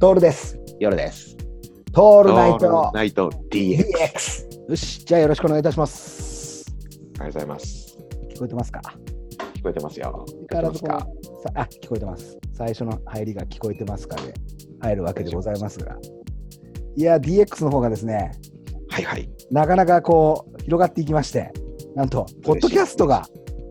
トールです。 夜です。 トールナイト DX。 よし、じゃあよろしくお願いいたします。 ありがとうございます。 聞こえてますか？ 聞こえてますよ。 聞こえてます。最初の入りが聞こえてますかで入るわけでございますが、いや DX の方がですね、 はいはい。 なかなかこう広がっていきまして、なんとポッドキャストが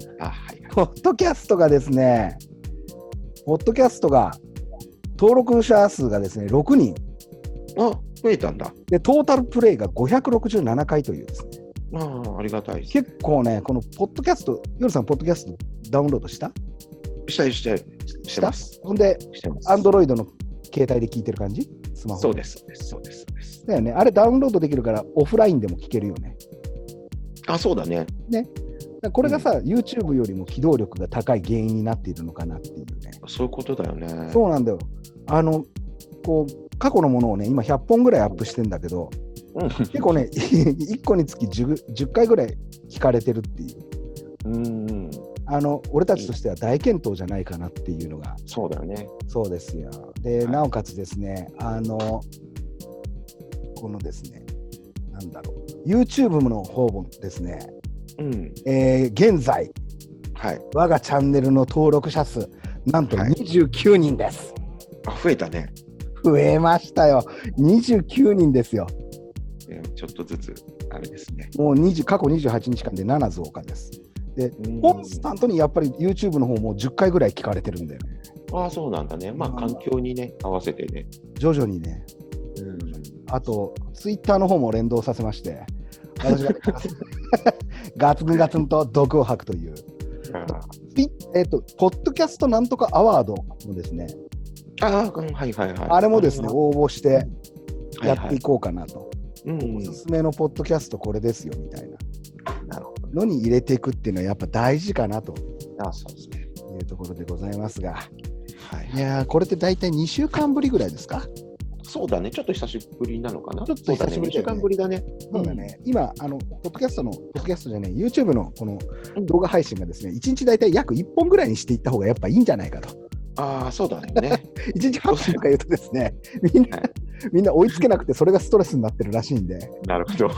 ですね、ポッドキャストが登録者数がですね6人。 増えたんだ。 でトータルプレイが567回というですね。 ありがたいです。 結構ね、このポッドキャスト、夜さんポッドキャストダウンロードしたしてます。 ほんで、アンドロイドの携帯で聞いてる感じ？スマホ。 そうです。 だよね。あれダウンロードできるからオフラインでも聞けるよね。 そうだね。 これがさ、YouTube よりも機動力が高い原因になっているのかなっていうね。 そういうことだよね。 そうなんだよ。こう過去のものをね、今100本ぐらいアップしてんだけど、結構ね、1個につき 10回ぐらい聞かれてるっていう。俺たちとしては大健闘じゃないかなっていうのが。 そうだよね。 そうですよ。で、なおかつですね、このですね、なんだろう、YouTube の方もですね、現在、我がチャンネルの登録者数、なんと29人です。 増えたね。 増えましたよ。29人ですよ。 ちょっとずつ、あれですね。 もう過去28日間で7増加です。で、コンスタントにやっぱり YouTube の方も10回ぐらい聞かれてるんだよね。 そうなんだね。環境にね、合わせてね。 徐々にね。あと、Twitter の方も連動させまして、私がガツンと毒を吐くという。ポッドキャストなんとかアワードもですね、あれもですね、応募してやっていこうかなと。おすすめのポッドキャストこれですよみたいなのに入れていくっていうのはやっぱ大事かなというところでございますが、いやこれって大体2週間ぶりぐらいですか？ そうだね、ちょっと久しぶりなのかな。 ちょっと久しぶりだね。2週間ぶりだね。そうだね。今ポッドキャストじゃない、YouTube のこの動画配信がですね、1日大体約1本ぐらいにしていった方がやっぱいいんじゃないかと。 そうだね。 1日8本とか言うとですね、みんな追いつけなくてそれがストレスになってるらしいんで。 なるほど。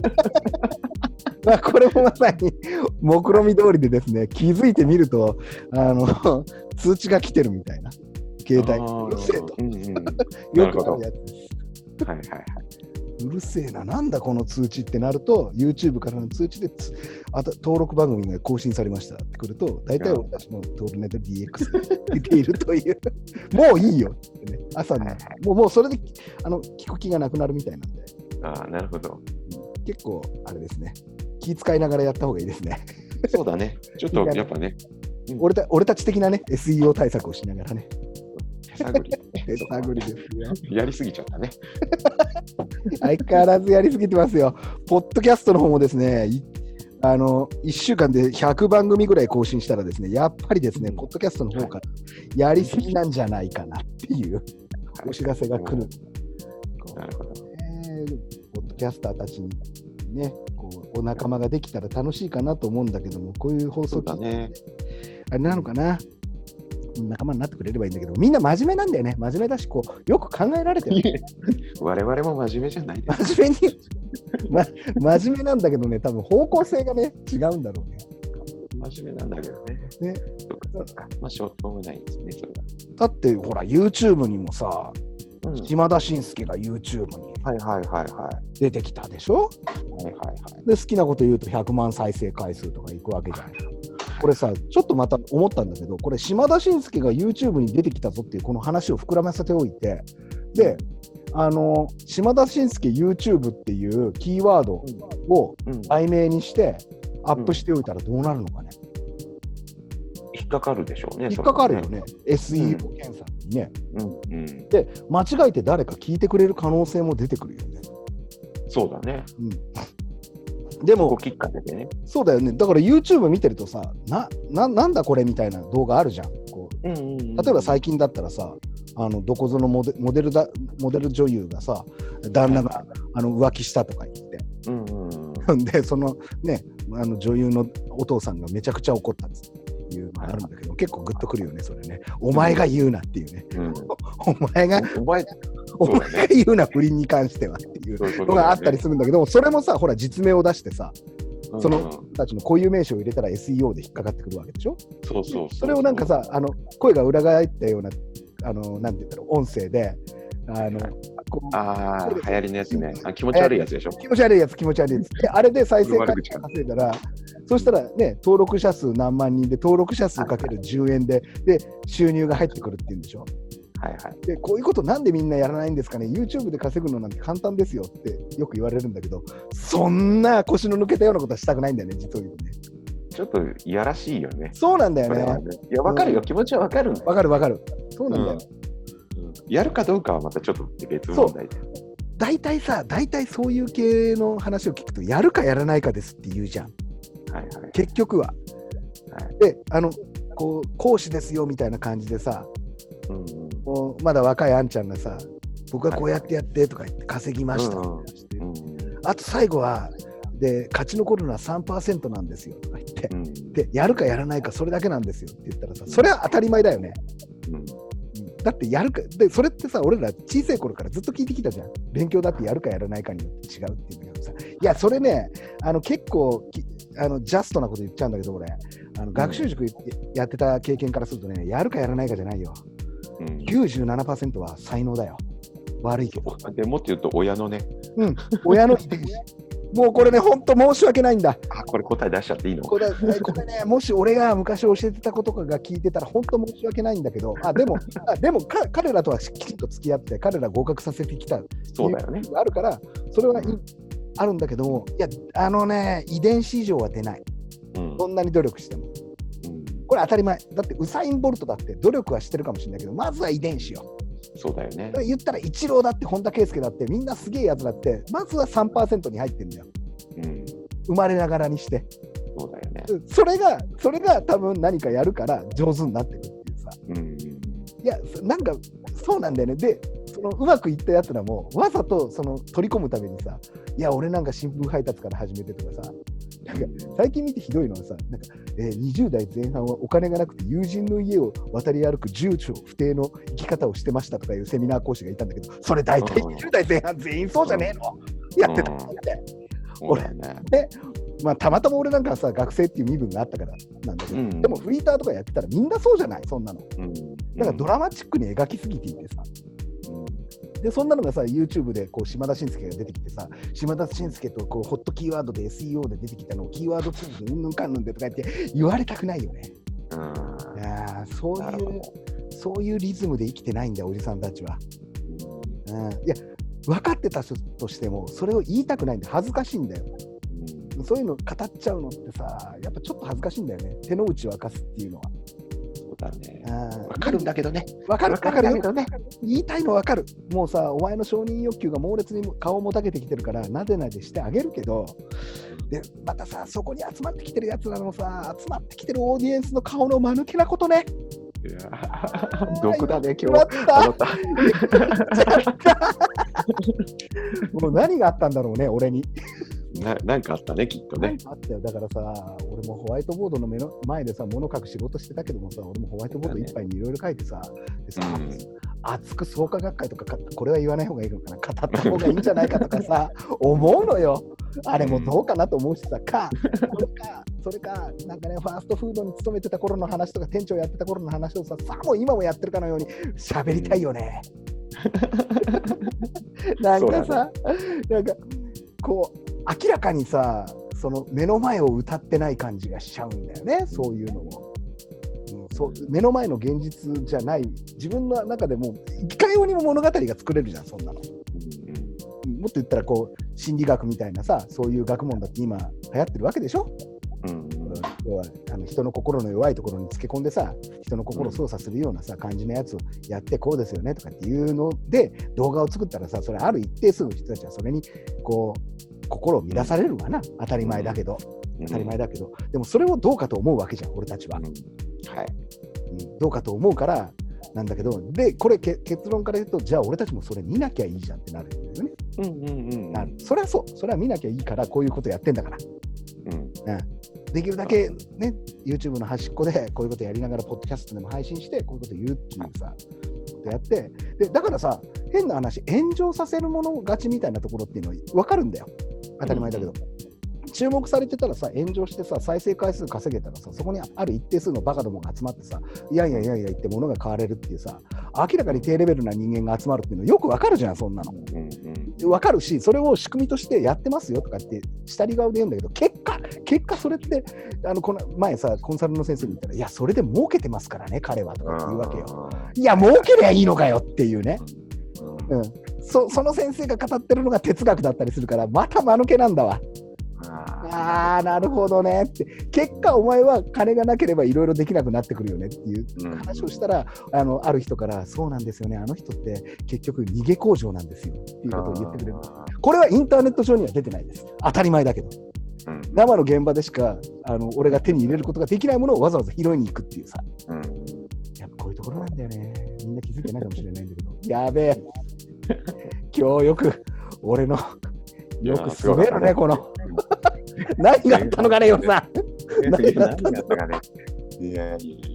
これもまさに目論見通りでですね、気づいてみると通知が来てるみたいな。携帯うるせえと。よくあるやつです。うるせえな、なんだこの通知ってなると、YouTube からの通知で登録番組が更新されましたってくると、大体私のトールネット DX が出ているという、もういいよってね、朝に、もうそれで聞く気がなくなるみたいなんで。 なるほど。 結構、あれですね、気遣いながらやった方がいいですね。 そうだね、ちょっとやっぱね。 俺たち的なね、SEO 対策をしながらね。 手探りですよ。やりすぎちゃったね。 相変わらずやりすぎてますよ。ポッドキャストの方もですね、1週間で100番組ぐらい更新したらですね、やっぱりですね、ポッドキャストの方からやりすぎなんじゃないかなっていうお知らせが来る。 なるほど。 ポッドキャスターたちにね、お仲間ができたら楽しいかなと思うんだけども、こういう放送聞いて、あれなのかな。仲間になってくれればいいんだけど、みんな真面目なんだよね。真面目だし、よく考えられてる。 我々も真面目じゃないです。 真面目なんだけどね、多分方向性がね、違うんだろうね。 真面目なんだけどね。しょうがないですね、それは。 だって、ほら、YouTube にもさ、島田紳介が YouTube に出てきたでしょ？で、好きなこと言うと100万再生回数とかいくわけじゃない。これさ、ちょっとまた思ったんだけど、これ島田紳介が YouTube に出てきたぞっていうこの話を膨らませておいて、で、島田紳介 YouTube っていうキーワードを題名にしてアップしておいたらどうなるのかね。 引っかかるでしょうね。 引っかかるよね。SEO 検索にね。で、間違えて誰か聞いてくれる可能性も出てくるよね。 そうだね。 でもきっかけでね。 そうだよね。だから YouTube 見てるとさ、なんだこれみたいな動画あるじゃん。例えば最近だったらさ、どこぞのモデル女優がさ、旦那が浮気したとか言って、でそのね、女優のお父さんがめちゃくちゃ怒ったっていうのがあるんだけど、結構グッとくるよね、それね。お前が言うなっていうね。 お前が言うな、不倫に関してはっていうのがあったりするんだけど、それもさ、ほら、実名を出してさ、その人たちの固有名詞を入れたら SEO で引っかかってくるわけでしょ。それをなんかさ、声が裏返ったような、なんて言うんだろう、音声で、 流行りのやつね。気持ち悪いやつでしょ。 気持ち悪いやつ。で、あれで再生回数稼いだら、そしたらね、登録者数何万人で、登録者数かける10円で、収入が入ってくるっていうんでしょ。で、こういうことなんでみんなやらないんですかね。YouTube で稼ぐのなんて簡単ですよってよく言われるんだけど、そんな腰の抜けたようなことはしたくないんだよね、実を言うとね。 ちょっといやらしいよね。 そうなんだよね。 いや、わかるよ、気持ちはわかる。 わかる。そうなんだよ。 やるかどうかはまたちょっと別問題で。 大体そういう系の話を聞くと、やるかやらないかですって言うじゃん。結局は。で、こう講師ですよみたいな感じでさ、もうまだ若いあんちゃんがさ、僕はこうやってやってとか言って稼ぎましたとかして、あと最後はで勝ち残るのは 3% なんですよとか言って、でやるかやらないかそれだけなんですよって言ったらさ、それは当たり前だよね。だってやるかで、それってさ、俺ら小さい頃からずっと聞いてきたじゃん。勉強だってやるかやらないかによって違うっていうんだけどさ、いやそれね、結構ジャストなこと言っちゃうんだけど、俺学習塾やってた経験からするとね、やるかやらないかじゃないよ。97% は才能だよ。悪いけど。 でもっと言うと親のね。 親の遺伝子。もうこれね、本当申し訳ないんだ。 これ答え出しちゃっていいの？ これね、もし俺が昔教えてたことかが聞いてたら、本当申し訳ないんだけど、でも彼らとはきちんと付き合って、彼ら合格させてきたそうだよね。 あるから、それはあるんだけども、いや、遺伝子異常は出ない。そんなに努力しても。これ当たり前。だってウサイン・ボルトだって努力はしてるかもしれないけど、まずは遺伝子よ。 そうだよね。 言ったらイチローだって本田圭佑だってみんなすげえやつだってまずは 3% に入ってるんだよ。生まれながらにして。 そうだよね。 それが多分何かやるから上手になってくるっていうさ。いやなんかそうなんだよね。でそのうまくいったやつらもわざとその取り込むためにさ、いや俺なんか新聞配達から始めてとかさ、なんか最近見てひどいのはさ、なんか、20代前半はお金がなくて友人の家を渡り歩く住所不定の生き方をしてましたとかいうセミナー講師がいたんだけど、それ大体20代前半全員そうじゃねえの、やってたんだって。俺ね、たまたま俺なんかさ学生っていう身分があったからなんだけど、でもフリーターとかやってたらみんなそうじゃない、そんなの。だからドラマチックに描きすぎていてさ、でそんなのがさ YouTube でこう島田紳介が出てきてさ、島田紳介とこうホットキーワードで SEO で出てきたのをキーワードツールでうんぬんかんぬんでとか言って言われたくないよね。いやそういうリズムで生きてないんだよおじさんたちは。いや分かってたとしてもそれを言いたくないんで恥ずかしいんだよ。そういうの語っちゃうのってさ、やっぱちょっと恥ずかしいんだよね。手の内を明かすっていうのは。 そうだね。分かるんだけどね。 分かるよね。言いたいの分かる。もうさ、お前の承認欲求が猛烈に顔をもたげてきてるから、なでなでしてあげるけど、でまたさ、そこに集まってきてるやつらのさ、集まってきてるオーディエンスの顔の間抜けなことね。 いや毒だね、今日。 もう何があったんだろうね、俺に。 なんかあったね、きっとね。 あったよ。だからさ、俺もホワイトボードの前でさ、物書く仕事してたけどもさ、俺もホワイトボード一杯にいろいろ書いてさ、でさ、熱く創価学会とか、これは言わない方がいいのかな、語った方がいいんじゃないかとかさ、思うのよ。あれもどうかなと思うしさ、それか、なんかね、ファーストフードに勤めてた頃の話とか、店長やってた頃の話をさ、もう今もやってるかのように喋りたいよね。なんかさ、なんか、こう、明らかにさ、その目の前を歌ってない感じがしちゃうんだよね、そういうのも。そう目の前の現実じゃない、自分の中でもいかようにも物語が作れるじゃん、そんなの。もっと言ったらこう心理学みたいなさ、そういう学問だって今流行ってるわけでしょ。要は人の心の弱いところにつけ込んでさ、人の心を操作するようなさ、感じのやつをやってこうですよねとかっていうので動画を作ったらさ、それある一定数の人たちはそれにこう心を乱されるわな、当たり前だけど、でもそれをどうかと思うわけじゃん、俺たちは。どうかと思うからなんだけど、でこれ結論から言うと、じゃあ俺たちもそれ見なきゃいいじゃんってなるんだよね。それはそう、それは見なきゃいいからこういうことやってんだから。できるだけね、YouTube の端っこでこういうことやりながらポッドキャストでも配信してこういうこと言うっていうさ、 ことやって、でだからさ、変な話、炎上させるもの勝ちみたいなところっていうのは分かるんだよ、当たり前だけど。注目されてたらさ、炎上してさ、再生回数稼げたらさ、そこにある一定数のバカどもが集まってさ、いや言って物が買われるっていうさ、明らかに低レベルな人間が集まるっていうのよくわかるじゃん、そんなの。わかるし、それを仕組みとしてやってますよとかって下り顔で言うんだけど、結果それってこの前さ、コンサルの先生に言ったら、いやそれで儲けてますからね彼はとかって言うわけよ。いや儲けりゃいいのかよっていうね。その先生が語ってるのが哲学だったりするから、また間抜けなんだわ。なるほどねって。結果お前は金がなければいろいろできなくなってくるよねっていう話をしたら、ある人から、そうなんですよね、あの人って結局逃げ工場なんですよっていうことを言ってくれる。これはインターネット上には出てないです。当たり前だけど、生の現場でしか俺が手に入れることができないものをわざわざ拾いに行くっていうさ、やっぱこういうところなんだよね。みんな気づいてないかもしれないんだけど、やべえ今日よく俺のよく滑るね、この何があったのかね、よさん。何があったのかね。 いや